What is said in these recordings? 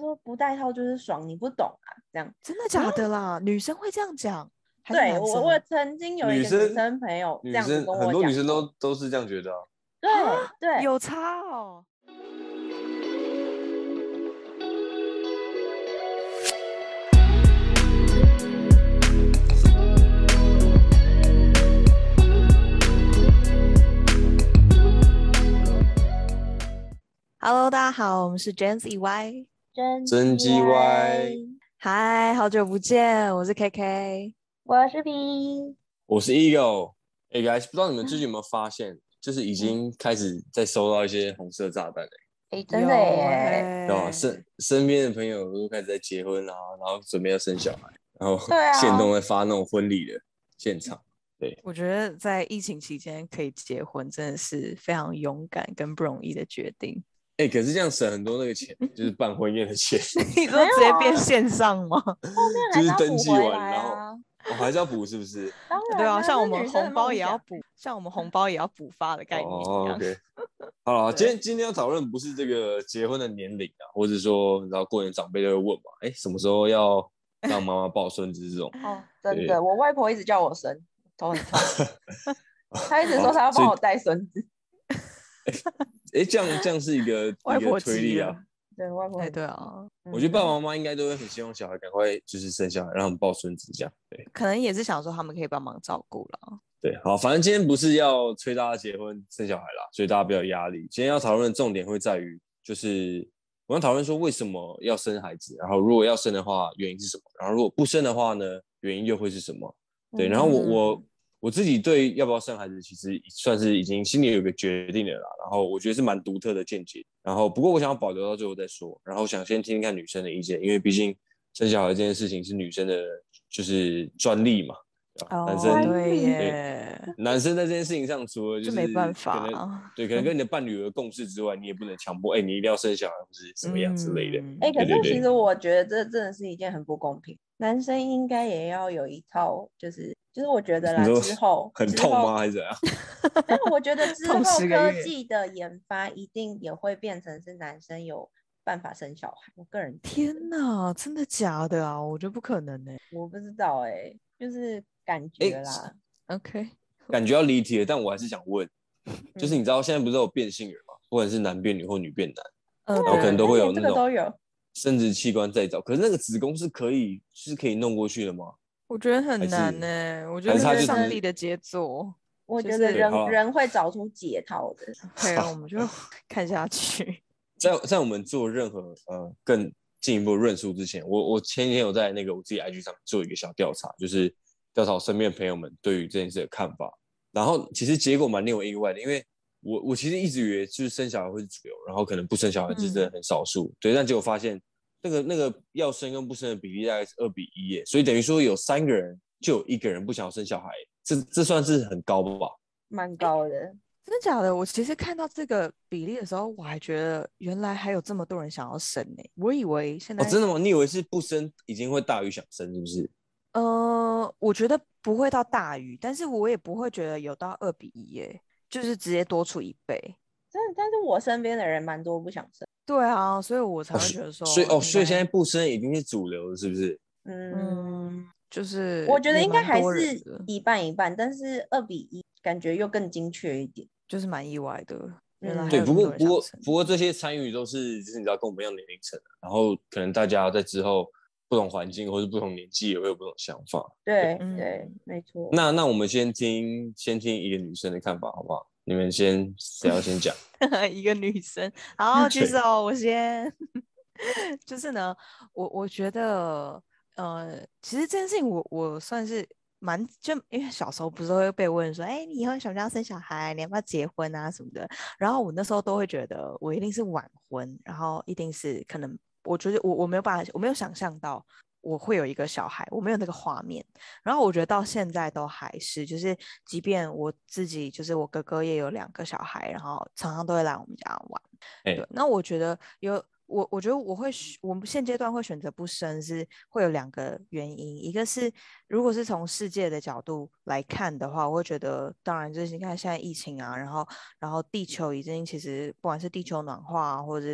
说不戴套就是爽，你不懂啊，这样。 真的假的啦？女生会这样讲？还是对， 男生？ 我曾经有一个女生朋友这样子跟我讲过， 很多女生都是这样觉得啊。 对对， 有差哦。Hello， 大家好，我们是 Gen Z Y， 真 GY， 嗨，好久不见，我是 KK， 我是 B， 我是 Ego。guys， 不知道你们最近有没有发现，就是已经开始在收到一些红色炸弹真的耶， 对吧？身边的朋友都开始在结婚啊，然后准备要生小孩，然后限动在发那种婚礼的现场。对， 我觉得在疫情期间可以结婚，真的是非常勇敢跟不容易的决定。 可是这样省很多那个钱，就是办婚宴的钱。 你说直接变线上吗？ 就是登记完，然后还是要补，是不是？ 当然对啊，像我们红包也要补， 发的概念一样。 OK， 好了，今天要讨论不是这个结婚的年龄啊，或者说你知道过年长辈都会问嘛，什么时候要让妈妈抱孙子这种？ 哦，真的，我外婆一直叫我生，头很痛，她一直说她要帮我带孙子。 这样是一个推力啊。 对，外婆对啊， 我觉得爸爸妈妈应该都会很希望小孩赶快就是生小孩，让他们抱孙子这样。对， 可能也是想说他们可以帮忙照顾了。 对，好，反正今天不是要催大家结婚生小孩啦，所以大家不要有压力。今天要讨论的重点会在于，就是我要讨论说为什么要生孩子，然后如果要生的话，原因是什么？然后如果不生的话呢，原因又会是什么？对，然后我自己对要不要生孩子，其实算是已经心里有一个决定了啦。然后我觉得是蛮独特的见解。然后不过我想要保留到最后再说。然后想先听听看女生的意见，因为毕竟生小孩这件事情是女生的，就是专利嘛。男生对耶， 男生在这件事情上，除了就是没办法， 可能跟你的伴侣有共识之外，你也不能强迫，你一定要生小孩或是什么样之类的。 可是其实我觉得这真的是一件很不公平。男生应该也要有一套，就是我觉得啦，之后很痛吗？还是怎样？ 但我觉得之后科技的研发一定也会变成是男生有办法生小孩。我个人天哪，真的假的啊？我觉得不可能我不知道就是感觉啦。 OK， 感觉要离题了，但我还是想问，就是你知道现在不是有变性人吗？不管是男变女或女变男，然后可能都会有那种生殖器官再造，可是那个子宫是可以弄过去的吗？ 我觉得很难我觉得是上帝的杰作。 我觉得人会找出解套的。 OK， 我们就看下去。 在我们做任何更进一步的论述之前，我前几天有在那个我自己 IG 上做一个小调查，就是调查我身边的朋友们对于这件事的看法。然后其实结果蛮令我意外的，因为我其实一直以为就是生小孩会是主流，然后可能不生小孩是真的很少数。对，但结果发现那个要生跟不生的比例大概是2:1耶，所以等于说有3个人就有1个人不想要生小孩，这算是很高吧？ 蛮高的。 真的假的？我其实看到这个比例的时候，我还觉得原来还有这么多人想要生我以为现在真的吗？你以为是不生已经会大于想生是不是？ 我觉得不会到大于，但是我也不会觉得有到2:1就是直接多出1倍。 但是我身边的人蛮多不想生。 对啊，所以我才会觉得说， 所以现在不生已经是主流了，是不是？ 就是我觉得应该还是一半一半，但是2:1感觉又更精确一点， 就是蛮意外的。原来对，不过这些参与都是就是你知道跟我们一样年龄层，然后可能大家在之后不同环境或是不同年纪也会有不同想法。 对，没错。 那我们先听一个女生的看法好不好？你们谁要先讲？ 一个女生，好，举手，我先。就是呢，我觉得，其实这件事情我算是就因为小时候不是会被问说，你以后什么时候要生小孩？你要不要结婚啊什么的？然后我那时候都会觉得我一定是晚婚，然后一定是可能，我觉得我没有办法，我没有想象到我会有一个小孩，我没有那个画面。然后我觉得到现在都还是，就是即便我自己，就是我哥哥也有2个小孩，然后常常都会来我们家玩。对，那我觉得我觉得我们现阶段会选择不生，是会有2个原因。一个是如果是从世界的角度来看的话，我会觉得，当然就是你看现在疫情啊，然后地球已经其实不管是地球暖化或者是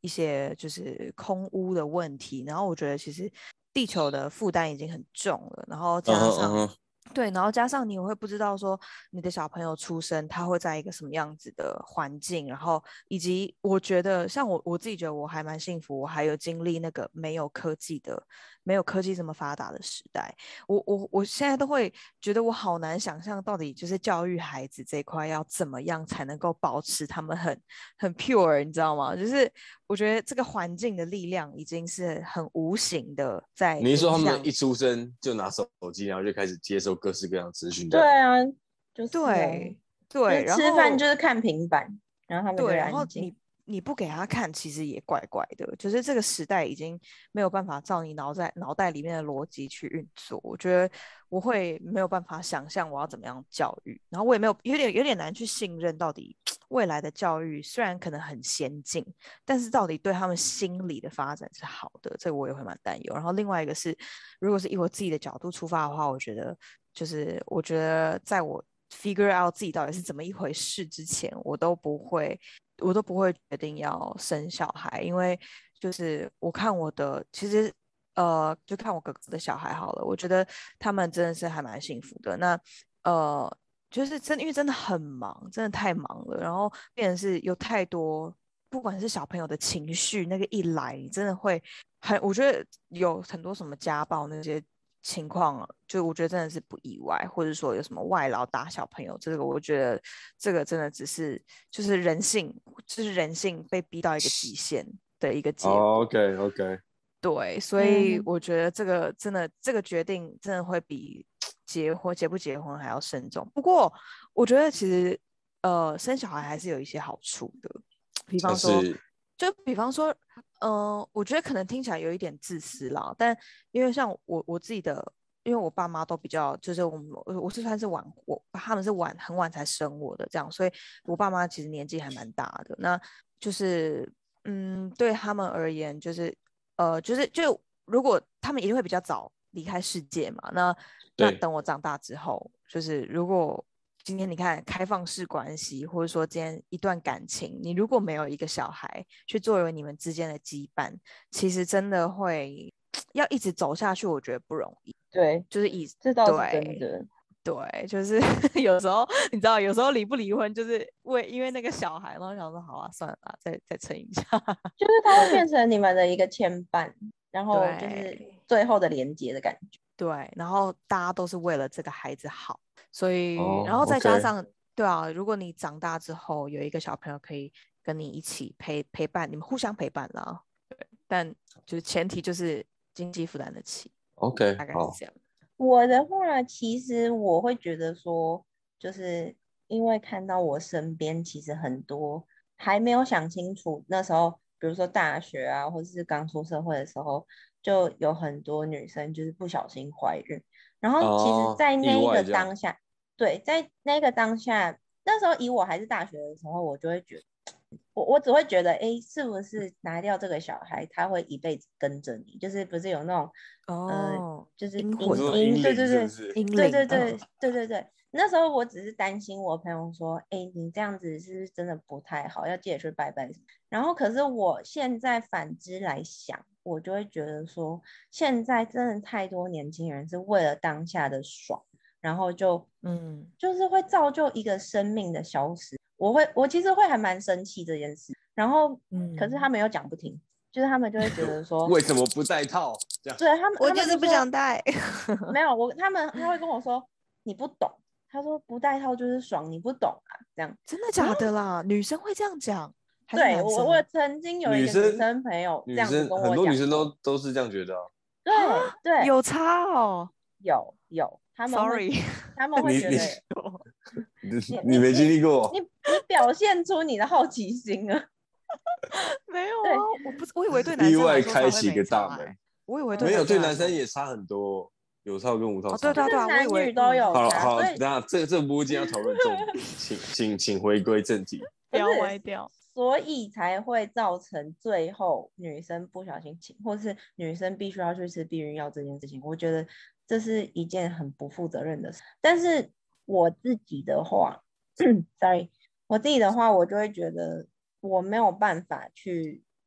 一些就是空污的问题，然后我觉得其实地球的负担已经很重了，然后加上对，然后加上你也会不知道说你的小朋友出生他会在一个什么样子的环境，然后以及我觉得像我自己觉得我还蛮幸福，我还有经历那个没有科技这么发达的时代。我现在都会觉得我好难想象到底就是教育孩子这一块要怎么样才能够保持他们很 pure， 你知道吗？就是我觉得这个环境的力量已经是很无形的在影响。 你是说他们一出生就拿手机，然后就开始接受各式各样的资讯？ 对啊，就是对就是然后吃饭就是看平板，然后他们就对， 会然后安静。 你不给他看，其实也怪怪的。就是这个时代已经没有办法照你脑袋里面的逻辑去运作。我觉得我会没有办法想象我要怎么样教育，然后我也没有点难去信任到底未来的教育虽然可能很先进，但是到底对他们心理的发展是好的，这个我也会蛮担忧。然后另外一个是，如果是以我自己的角度出发的话，我觉得在我 figure out 自己到底是怎么一回事之前，我都不会决定要生小孩，因为就是我看我的，其实就看我哥哥的小孩好了，我觉得他们真的是还蛮幸福的。那呃，就是因为真的很忙，真的太忙了，然后变成是有太多，不管是小朋友的情绪，那个一来，你真的会我觉得有很多什么家暴那些情况，就我觉得真的是不意外，或者说有什么外劳打小朋友，这个我觉得这个真的只是就是人性，就是人性被逼到一个极限的一个结果。 OK， 对，所以我觉得这个真的这个决定真的会比结不结婚还要慎重。不过我觉得其实生小孩还是有一些好处的，比方说是比方说我觉得可能听起来有一点自私啦，但因为像我自己的，因为我爸妈都比较就是我是算是他们是很晚才生我的这样，所以我爸妈其实年纪还蛮大的，那就是对他们而言就是如果他们一定会比较早离开世界嘛，那对等我长大之后，就是如果今天你看开放式关系，或者说今天一段感情，你如果没有一个小孩去作为你们之间的羁绊，其实真的会要一直走下去，我觉得不容易。 对， 就是这倒是真对的。 对，就是有时候你知道，有时候离不离婚就是因为那个小孩，然后想说好啊，算了啊，再撑一下。 就是它会变成你们的一个牵绊，然后就是对最后的连接的感觉。 对，然后大家都是为了这个孩子好，所以然后再加 ，OK， 上对啊，如果你长大之后有一个小朋友可以跟你一起陪伴，你们互相陪伴啦。对，但就是前提就是经济负担得起，大概是好， 这样。 我的话，其实我会觉得说，就是因为看到我身边其实很多还没有想清楚，那时候比如说大学啊，或者是刚出社会的时候，就有很多女生就是不小心怀孕，然后其实，在意那一个外这样， 当下，对，在那个当下，那时候以我还是大学的时候，我就会觉得。我只会觉得，哎，是不是拿掉这个小孩，他会一辈子跟着你？就是不是有那种， 哦， 就是阴你魂哦， 说阴对对对灵是不是？ 阴对灵， 对对对对对。那时候我只是担心我朋友说，哎，你这样子是不是真的不太好？要记得去拜拜。然后可是我现在反之来想，我就会觉得说，现在真的太多年轻人是为了当下的爽，然后就是会造就一个生命的消失。我其实会还蛮生气这件事，然后可是他们又讲不听，就是他们就会觉得说， 为什么不戴套？这样对他们我就是不就说想带。 没有他会跟我说你不懂，他说不戴套就是爽，你不懂啊，这样。 真的然后假的啦？女生会这样讲，还是对我男生？ 曾经有一个女女生生朋友这女样子跟我生很多女生讲过， 都是这样觉得啊。 啊， 对对， 有差哦。 有， Sorry， 他们会你你觉得你你你没经你你历过？ 你表现出你的好奇心了， 没有啊， 对， 我以为对男意生来外开启一说才会没个大门， 差哎，我以为对没有， 男生对来说， 男生也差很多，有套跟无套哦， 差很多。 对对啊对啊，我以男为女都有差， 好了好了， 所以等下这不是今天要讨论重点，请回归正题。 不要不是， 歪掉。 所以才会造成最后女生不小心请，或是女生必须要去吃避孕药这件事情。我觉得这是一件很不负责任的事。但是我自己的话，sorry，我自己的话，我就会觉得我没有办法去，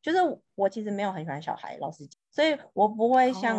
就是我其实没有很喜欢小孩，老实讲，所以我不会像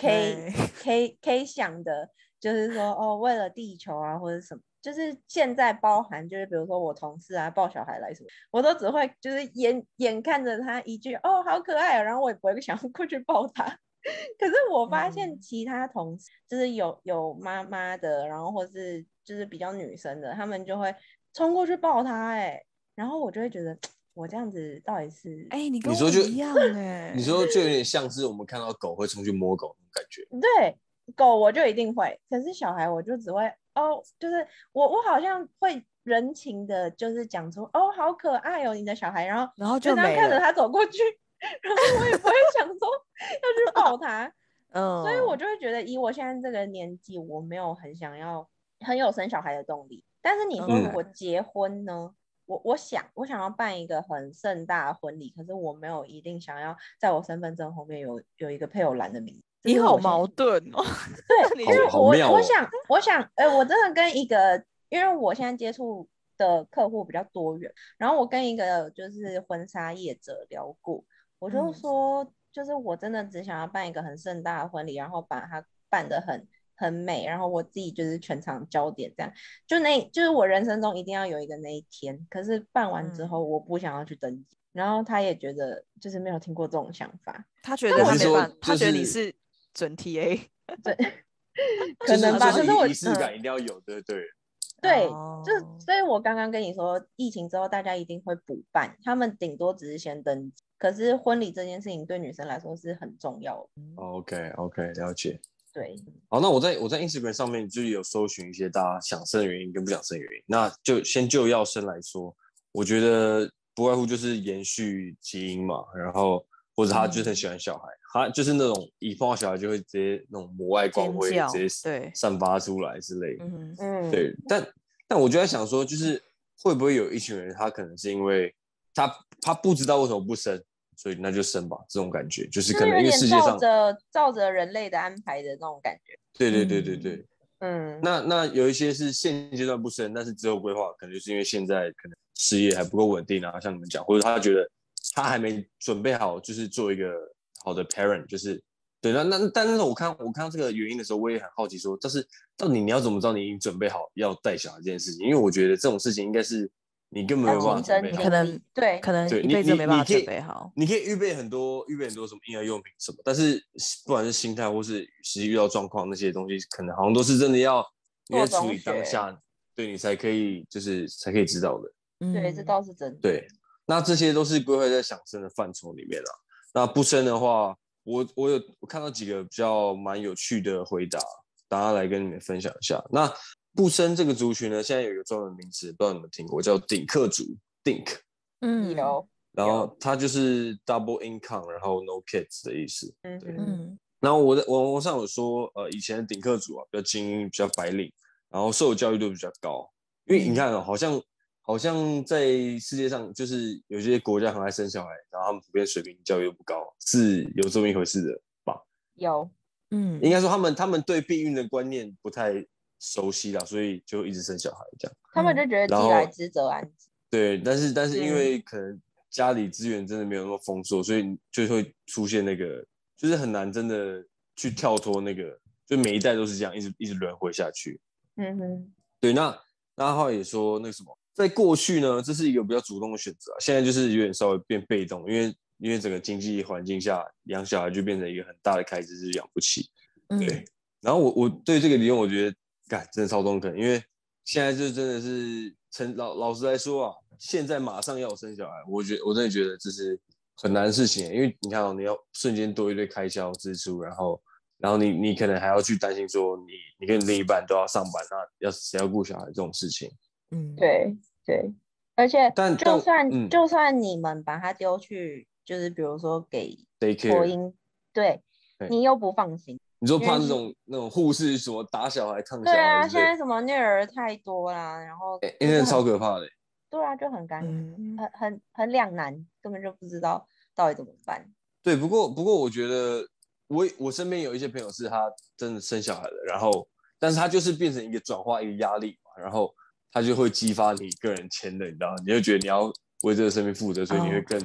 K 想的，就是说哦，为了地球啊或者什么，就是现在包含就是比如说我同事啊抱小孩来什么，我都只会就是眼看着他一句哦好可爱然后我也不会想要过去抱他。可是我发现其他同事就是有妈妈的，然后或是就是比较女生的，他们就会冲过去抱他，然后我就会觉得我这样子到底是你跟我一样你说就有点像是我们看到狗会冲去摸狗那种感觉。 对，狗我就一定会，可是小孩我就只会哦，就是我好像会人情的，就是讲出哦好可爱哦你的小孩，然后就这样看着他走过去，然后我也不会想说要去抱他，所以我就会觉得以我现在这个年纪，我没有很想要很有生小孩的动力。但是你说如果结婚呢？我想要办一个很盛大的婚礼，可是我没有一定想要在我身份证后面有一个配偶栏的名字。 你好矛盾哦。 对，因为我想，我真的跟一个，因为我现在接触的客户比较多元，然后我跟一个就是婚纱业者聊过，我就说，就是我真的只想要办一个很盛大的婚礼，然后把它办得很美，然后我自己就是全场焦点，这样就是我人生中一定要有一个那一天。可是办完之后，我不想要去登记，然后他也觉得就是没有听过这种想法， 他觉得他没办法，他觉得你是准 TA， 对，可能吧。可是我仪式感一定要有的，对。 对，所以我刚刚跟你说，疫情之后大家一定会补办，他们顶多只是先登记，可是婚礼这件事情对女生来说是很重要的。 OK， 了解。 对， 好，那我在 Instagram 上面就是有搜寻一些大家想生的原因跟不想生的原因。那就先就要生来说，我觉得不外乎就是延续基因嘛，然后或者他就是很喜欢小孩，他就是那种一碰到小孩就会直接那种母爱光辉直接散发出来之类的。对，但我就在想说，就是会不会有一群人，他可能是因为他不知道为什么不生。所以那就生吧，这种感觉就是可能因为世界上照着人类的安排的那种感觉。 对。那有一些是现阶段不生，但是之后规划可能就是因为现在可能事业还不够稳定啊，像你们讲，或者他觉得他还没准备好，就是做一个好的 parent， 就是对。但是我看到这个原因的时候，我也很好奇说，但是到底你要怎么知道你已经准备好要带小孩这件事情？因为我觉得这种事情应该是。你根本没有办法准备好， 可能一辈子没办法准备好。 你可以预备很多什么婴儿用品什么，但是不管是心态或是实际遇到状况那些东西，可能好像都是真的要你在处理当下，对你才可以知道的。 对，这倒是真的。 对，那这些都是归类在想生的范畴里面啦。那不生的话，我看到几个比较蛮有趣的回答，大家来跟你们分享一下。那不生这个族群呢，现在有一个专门名词，不知道你们听过，叫顶客族 ，Dink。 有。 然后它就是 double income， 然后 no kids 的意思。对。然后我在网络上有说，以前的顶客族啊，比较精英，比较白领，然后受的教育度比较高。因为你看好像在世界上，就是有些国家很爱生小孩，然后他们普遍水平教育又不高，是有这么一回事的吧？ 有。 应该说他们对避孕的观念不太熟悉啦，所以就一直生小孩这样。 他们就觉得既来之则安之。 对，但是因为可能家里资源真的没有那么丰硕，所以就会出现那个，就是很难真的去跳脱那个，就每一代都是这样，一直轮回下去。对，那后来也说那个什么，在过去呢，这是一个比较主动的选择，现在就是有点稍微变被动，因为整个经济环境下，养小孩就变成一个很大的开支，是养不起。对，然后我对这个理论，我觉得真的超中肯，因为现在就真的是老实来说啊，现在马上要生小孩，我真的觉得这是很难的事情，因为你看你要瞬间多一堆开销支出，然后你可能还要去担心说你跟你另一半都要上班，那谁要顾小孩这种事情。 对，而且就算你们把他丢去，就是比如说给托婴，对，你又不放心。 你说怕那种护士什么打小孩、抗小孩？ 对啊，现在什么虐儿太多啦，然后真的超可怕的。 对啊，就很尴尬，很两难，根本就不知道到底怎么办。 对，不过我觉得我身边有一些朋友是他真的生小孩了，然后但是他就是变成一个转化一个压力嘛，然后他就会激发你个人潜能，你知道吗？你就觉得你要为这个生命负责，所以你会更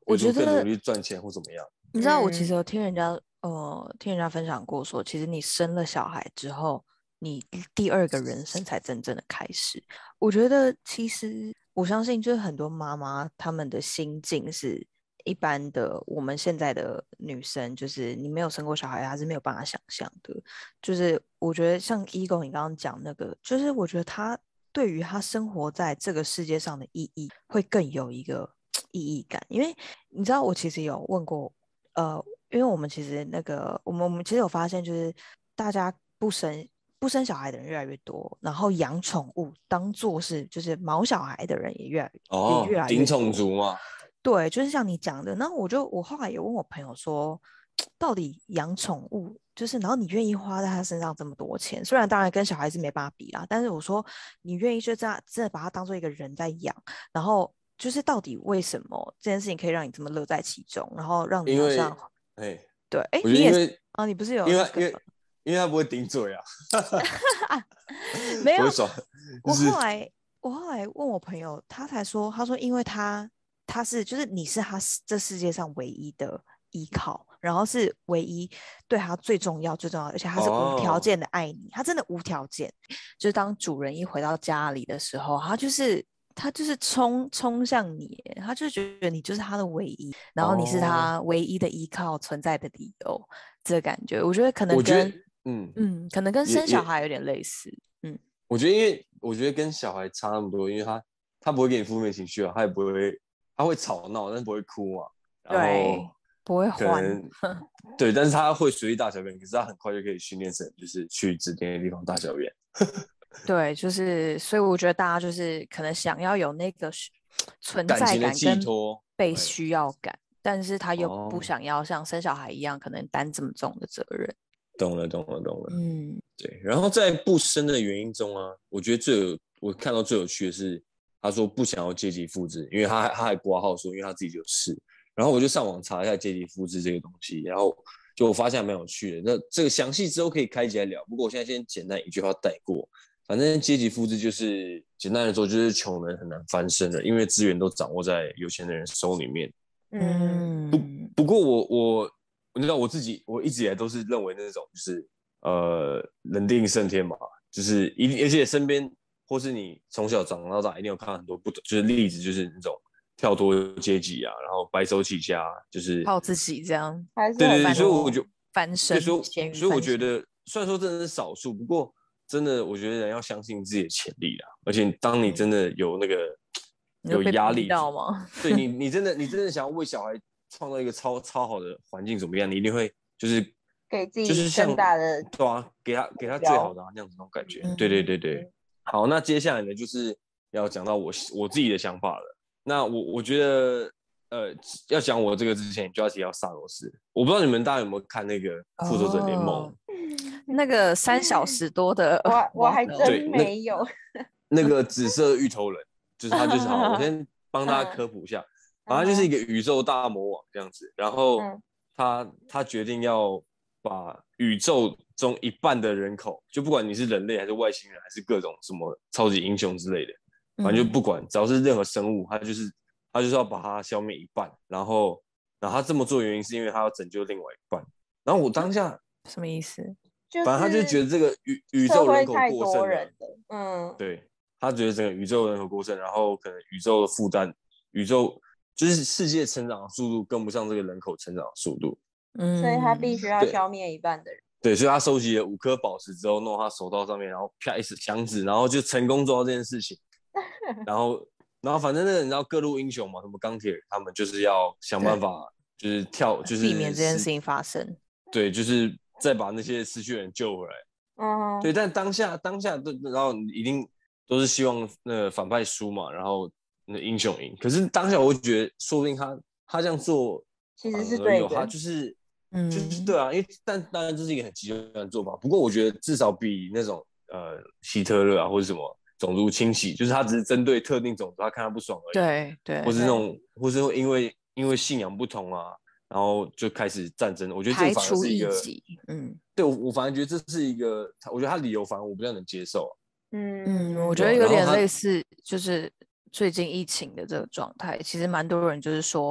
我觉更努得力赚钱或怎么样。 你知道，我其实有听人家分享过说，其实你生了小孩之后，你第二个人生才真正的开始。我觉得其实我相信，就是很多妈妈她们的心境是一般的，我们现在的女生，就是你没有生过小孩，她是没有办法想象的。就是我觉得像Ego你刚刚讲那个，就是我觉得他对于他生活在这个世界上的意义，会更有一个意义感。因为你知道，我其实有问过，因为我们其实那个，我们其实有发现，就是大家不生小孩的人越来越多，然后养宠物当做是就是毛小孩的人也越来越顶宠多。 族嘛。 对，就是像你讲的，那我后来也问我朋友说，到底养宠物就是，然后你愿意花在他身上这么多钱，虽然当然跟小孩子没办法比啦，但是我说你愿意就这样真的把他当做一个人在养，然后就是到底为什么这件事情可以让你这么乐在其中，然后让你因为好像哎， 对，哎， 我觉你也是得因为啊，你不是有因为那个他因为他不会顶嘴啊， 没有？ 不会爽，就是我后来我后来问我朋友，他才说，他说因为他是就是你是他这世界上唯一的依靠，然后是唯一对他最重要，而且他是无条哦件的爱你，他真的无条件。就是当主人一回到家里的时候，他就是冲向你耶，他就觉得你就是他的唯一，然后你是哦， 他唯一的依靠存在的理由，这个感觉，我觉得可能跟我觉得可能跟生小也孩有点类似。 我觉得因为我觉得跟小孩差那么多，因为他不会给你负面情绪啊，他也不会他会吵闹，但是不会哭嘛，然后对，不会欢。 可能对，但是他会随地大小便，可是他很快就可以训练成就是去指定的地方大小便。 对，就是所以我觉得大家就是可能想要有那个存感情的在感跟寄托。 被哎， 需要感，但是他又不哦， 想要像生小孩一样可能担这么重的责任。 懂了，懂了，懂了。 嗯， 对，然后在不生的原因中啊，我觉得我看到最有趣的是，他说不想要阶级复制，因为他还挂号说，因为他自己有事。然后我就上网查一下阶级复制这个东西，然后就我发现还蛮有趣的。那这个详细之后可以开起来聊，不过我现在先简单一句话带过。反正阶级复制就是简单的说，就是穷人很难翻身了，因为资源都掌握在有钱的人手里面。不过你知道我一直以来都是认为那种就是人定胜天嘛，就是一定，而且身边或是你从小长到大一定有看到很多不同就是例子，就是那种跳脱阶级啊，然后白手起家，就是靠自己这样还是对对对， 很所以我就多。 翻对， 身，咸鱼所以我翻身。 觉得虽然说真的是少数，不过真的我觉得人要相信自己的潜力啦，而且当你真的有那个你就有被逼压力， 到吗？ 对你真的想要为小孩创造一个超好的环境怎么样？你一定会就是给自己就是像更大的对啊，给他最好标。 的那样子那种感觉。对对嗯， 对对，好，那接下来呢就是要讲到我自己的想法了。那我觉得要讲我这个之前，就要提到萨罗斯。我不知道你们大家有没有看那个《复仇者联盟》 哦，那个3小时多的我还 model。 真对， 没有。 那个紫色芋头人，就是他，就是好，我先帮大家嗯科普一下，反正就是一嗯个宇宙大魔王这样子，然后嗯他决定要把宇宙中一半的人口，就不管你是人类还是外星人还是各种什么超级英雄之类的，反正就不管，只要是任何生物，他就是要把它消灭一半，然后他这么做的原因是因为他要拯救另外一半，然后我当下什么意思？ 就反正他就觉是得这个宇社宙人口会太过剩了。 多人了。 对，他觉得整个宇宙人口过剩，然后可能宇宙的负担，宇宙就是世界成长的速度跟不上这个人口成长的速度。 所以他必须要对消灭一半的人。 对，所以他收集了5颗宝石之后，弄到他手套上面，然后啪一响指，然后就成功做到这件事情。然后反正那个你知道各路英雄嘛，什么钢铁人，他们就是要想办法，就是避免这件事情发生。 对，就是再把那些失去的人救回来。对，但当下都，然后一定都是希望那个反派输嘛，然后那英雄赢。可是当下我会觉得，说不定他这样做其实是而有他对的。 就是对啊，因为但当然这是一个很极端的做法。不过我觉得至少比那种希特勒啊或者什么种族清洗，就是他只是针对特定种族，他看他不爽而已。 对对， 或是那种，或是因为信仰不同啊，然后就开始战争。我觉得这排反而是一个， 除异己。 对我反而觉得这是一个，我觉得他理由反而我比较能接受。 我觉对啊， 得有点然后他类似，就是最近疫情的这个状态，其实蛮多人就是说，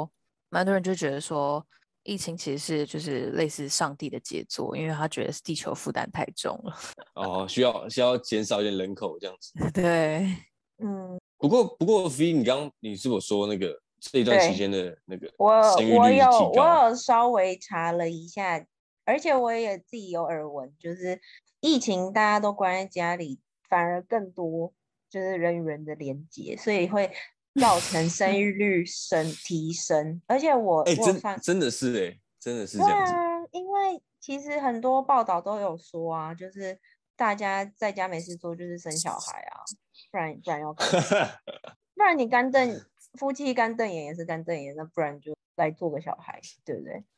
蛮多人就觉得说，疫情其实是就是类似上帝的杰作，因为他觉得是地球负担太重了。 哦，需要减少一点人口这样子。 对， 不过 V，你是否说那个这一段期对， 间的那个我生育率我有提高？ 我有稍微查了一下，而且我也自己有耳闻，就是疫情大家都关在家里，反而更多就是人与人的连接，所以会造成生育率提升。而且我哎、 我有算， 真的是真的是对这样子。 啊，因为其实很多报道都有说啊，就是大家在家没事做，就是生小孩啊，不然要干嘛？不然你干瞪夫妻干瞪眼也是干瞪眼，那不然就来做个小孩，对不对？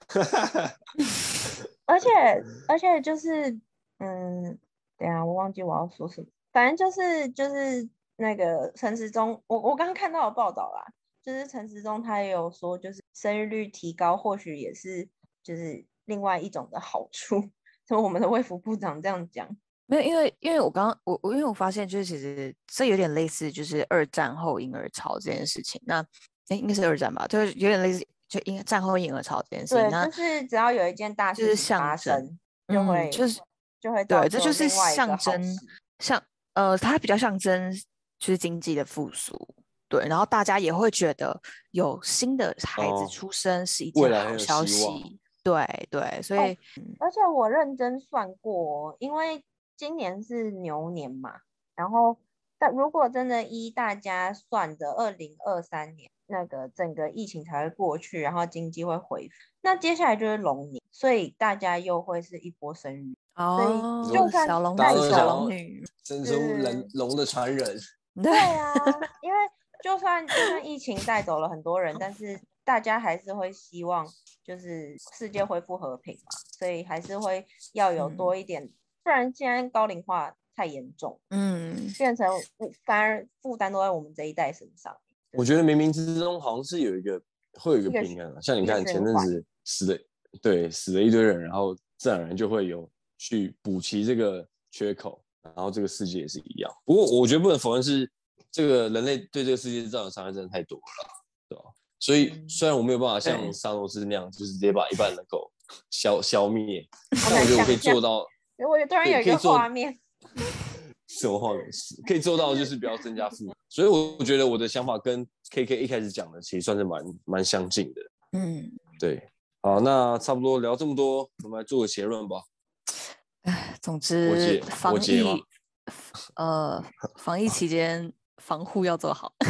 而且就是，等一下我忘记我要说什么，反正就是那个陈时中，我刚刚看到的报道啦，就是陈时中他也有说，就是生育率提高或许也是就是另外一种的好处，所以我们的卫福部长这样讲。 没有，因为我刚刚因为我发现就是其实这有点类似就是二战后婴儿潮这件事情。那应该是二战吧，就是有点类似就战后婴儿潮这件事情。 对， 那就是只要有一件大就是事情象征， 发生，就会就是造对，这就是就另外一个好象征， 事。 像它比较象征就是经济的复苏。对，然后大家也会觉得有新的孩子哦， 出生是一件未来很有好消希望。 息。对对，所哦， 以而且我认真算过哦，因为今年是牛年嘛，然后但如果真的依大家算的2023年那个整个疫情才会过去，然后经济会恢复，那接下来就是龙年，所以大家又会是一波生育，所以你哦， 就算说小龙子、小大家都想要龙女， 生出是龙的传人。 对， 对啊，因为就算疫情带走了很多人，但是大家还是会希望就是世界恢复和平嘛，所以还是会要有多一点，不然现在高龄化太严重， 嗯， 变成反而负担都在我们这一代身上， 我觉得冥冥之中好像是会有一个一个平衡啊。像你一个看前循环。 阵子死了一堆人，然后自然而然就会有去补齐这个缺口，然后这个世界也是一样。不过我觉得不能否认是这个人类对这个世界造成的伤害真的太多了啦，对吧？所以虽然我没有办法像对， 萨诺斯那样，就是直接把一半人口消灭， 好难但我觉得我可以想象， 做到。 我突然对， 有一个可以做画面， 什么画面是可以做到，就是不要增加负担。所以我觉得我的想法跟 KK 一开始讲的其实算是蛮相近的。 嗯， 对，好，那差不多聊这么多，我们来做个结论吧。 总之我结吗？ 呃，防疫期间防护要做好，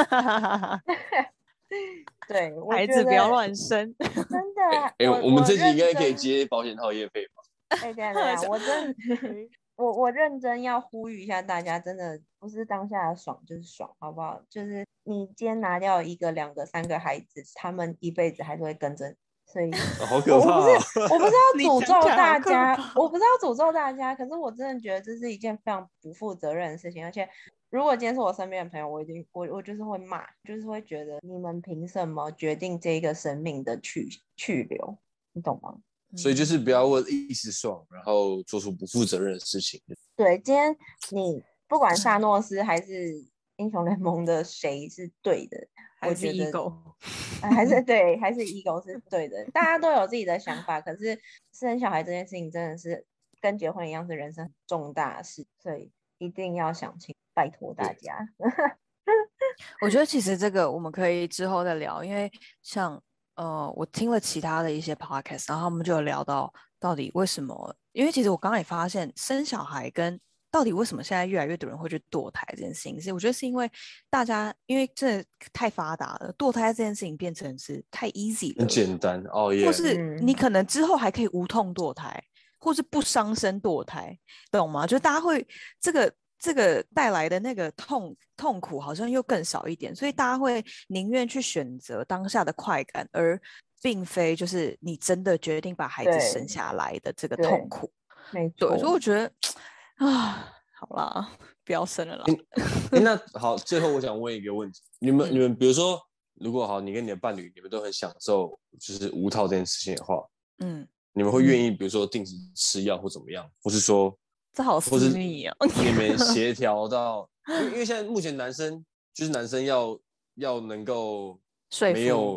对，我孩子不要觉得乱生。 真的， 我们我这集应该可以认真。 接保险套业配吧？ 等一下，我认真要呼吁一下大家，真的不是当下的爽就是爽，好不好？就是你今天拿掉一个、两个、三个孩子，他们一辈子还是会跟着你。所以好可我不是怕啊！ 我不是要你诅咒讲起来好大家， 可怕。 我不是要诅咒大家，可是我真的觉得这是一件非常不负责任的事情。而且如果今天是我身边的朋友，我就是会骂，就是会觉得你们凭什么决定这个生命的去留，你懂吗？ 所以就是不要为一时爽，然后做出不负责任的事情。 对，今天你不管萨诺斯还是英雄联盟的谁是对的，我还是觉得， ego， 还是对，还是 ego 是对的。大家都有自己的想法，可是生小孩这件事情真的是跟结婚一样，是人生很重大的事，所以一定要想清，拜托大家。 我觉得其实这个我们可以之后再聊，因为像我听了其他的一些 podcast，然后他们就有聊到底为什么，因为其实我刚刚也发现生小孩跟到底为什么现在越来越多人会去堕胎这件事情，我觉得是因为大家因为真的太发达了，堕胎这件事情变成是太 easy 很了， 简单哦耶。 或是你可能之后还可以无痛堕胎，或是不伤身堕胎，懂吗？就大家会这个带来的那个痛苦好像又更少一点，所以大家会宁愿去选择当下的快感，而并非就是你真的决定把孩子生下来的这个痛苦。 没对，所以错。 我觉得啊，好啦，不要生了啦。 那好，最后我想问一个问题：你们比如说，如果好，你跟你的伴侣，你们都很享受就是无套这件事情的话，你们会愿意比如说定时吃药或怎么样，或是说， 这好或是私密哦。 你们协调到，因为现在目前男生要能够说服没有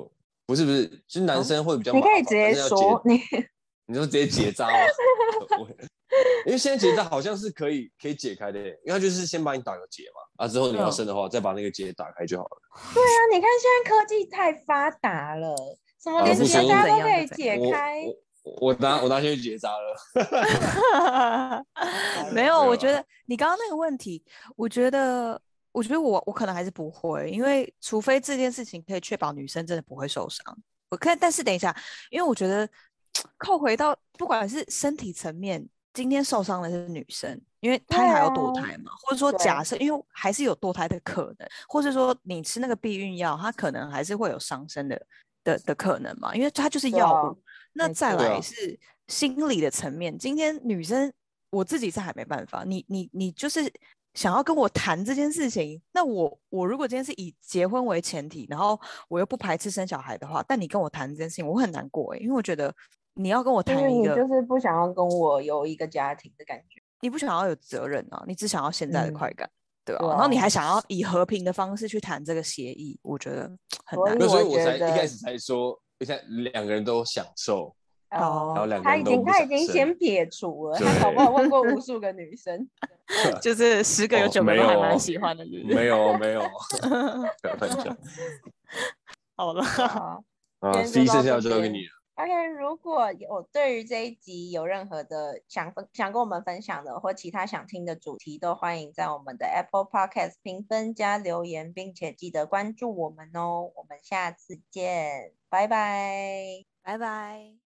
不是，就是男生会比较麻烦， 你可以直接说你说直接结扎吗？因为现在结扎好像是可以解开的，因为他就是先帮你打个结嘛，之后你要生的话，再把那个结打开就好了。 对啊，你看现在科技太发达了，什么连结扎都可以解开。 我拿去结扎了。 没有，我觉得你刚刚那个问题，我觉得我可能还是不会，因为除非这件事情可以确保女生真的不会受伤。但是等一下，因为我觉得扣回到不管是身体层面，今天受伤的是女生，因为胎还要堕胎嘛，或者说假设因为还是有堕胎的可能，或者说你吃那个避孕药，它可能还是会有伤身的可能嘛，因为它就是药物。那再来是心理的层面，今天女生我自己是还没办法，你就是想要跟我谈这件事情，那我如果今天是以结婚为前提，然后我又不排斥生小孩的话，但你跟我谈这件事情，我很难过因为我觉得你要跟我谈一个， 你就是不想要跟我有一个家庭的感觉， 你不想要有责任啊，你只想要现在的快感。对啊，然后你还想要以和平的方式去谈这个协议，我觉得很难。 所以我才一开始才说，两个人都享受，然后两个人都他已经先撇除了，他搞不好问过无数个女生， 就是10个有9个都还蛮喜欢的，是不是？ 没有，不要乱讲。 好了 ，C 剩下就交给你了。 OK， 如果对于这一集有任何的想跟我们分享的，或其他想听的主题，都欢迎在我们的 Apple Podcast 评分加留言，并且记得关注我们哦。我们下次见，拜拜， 拜拜。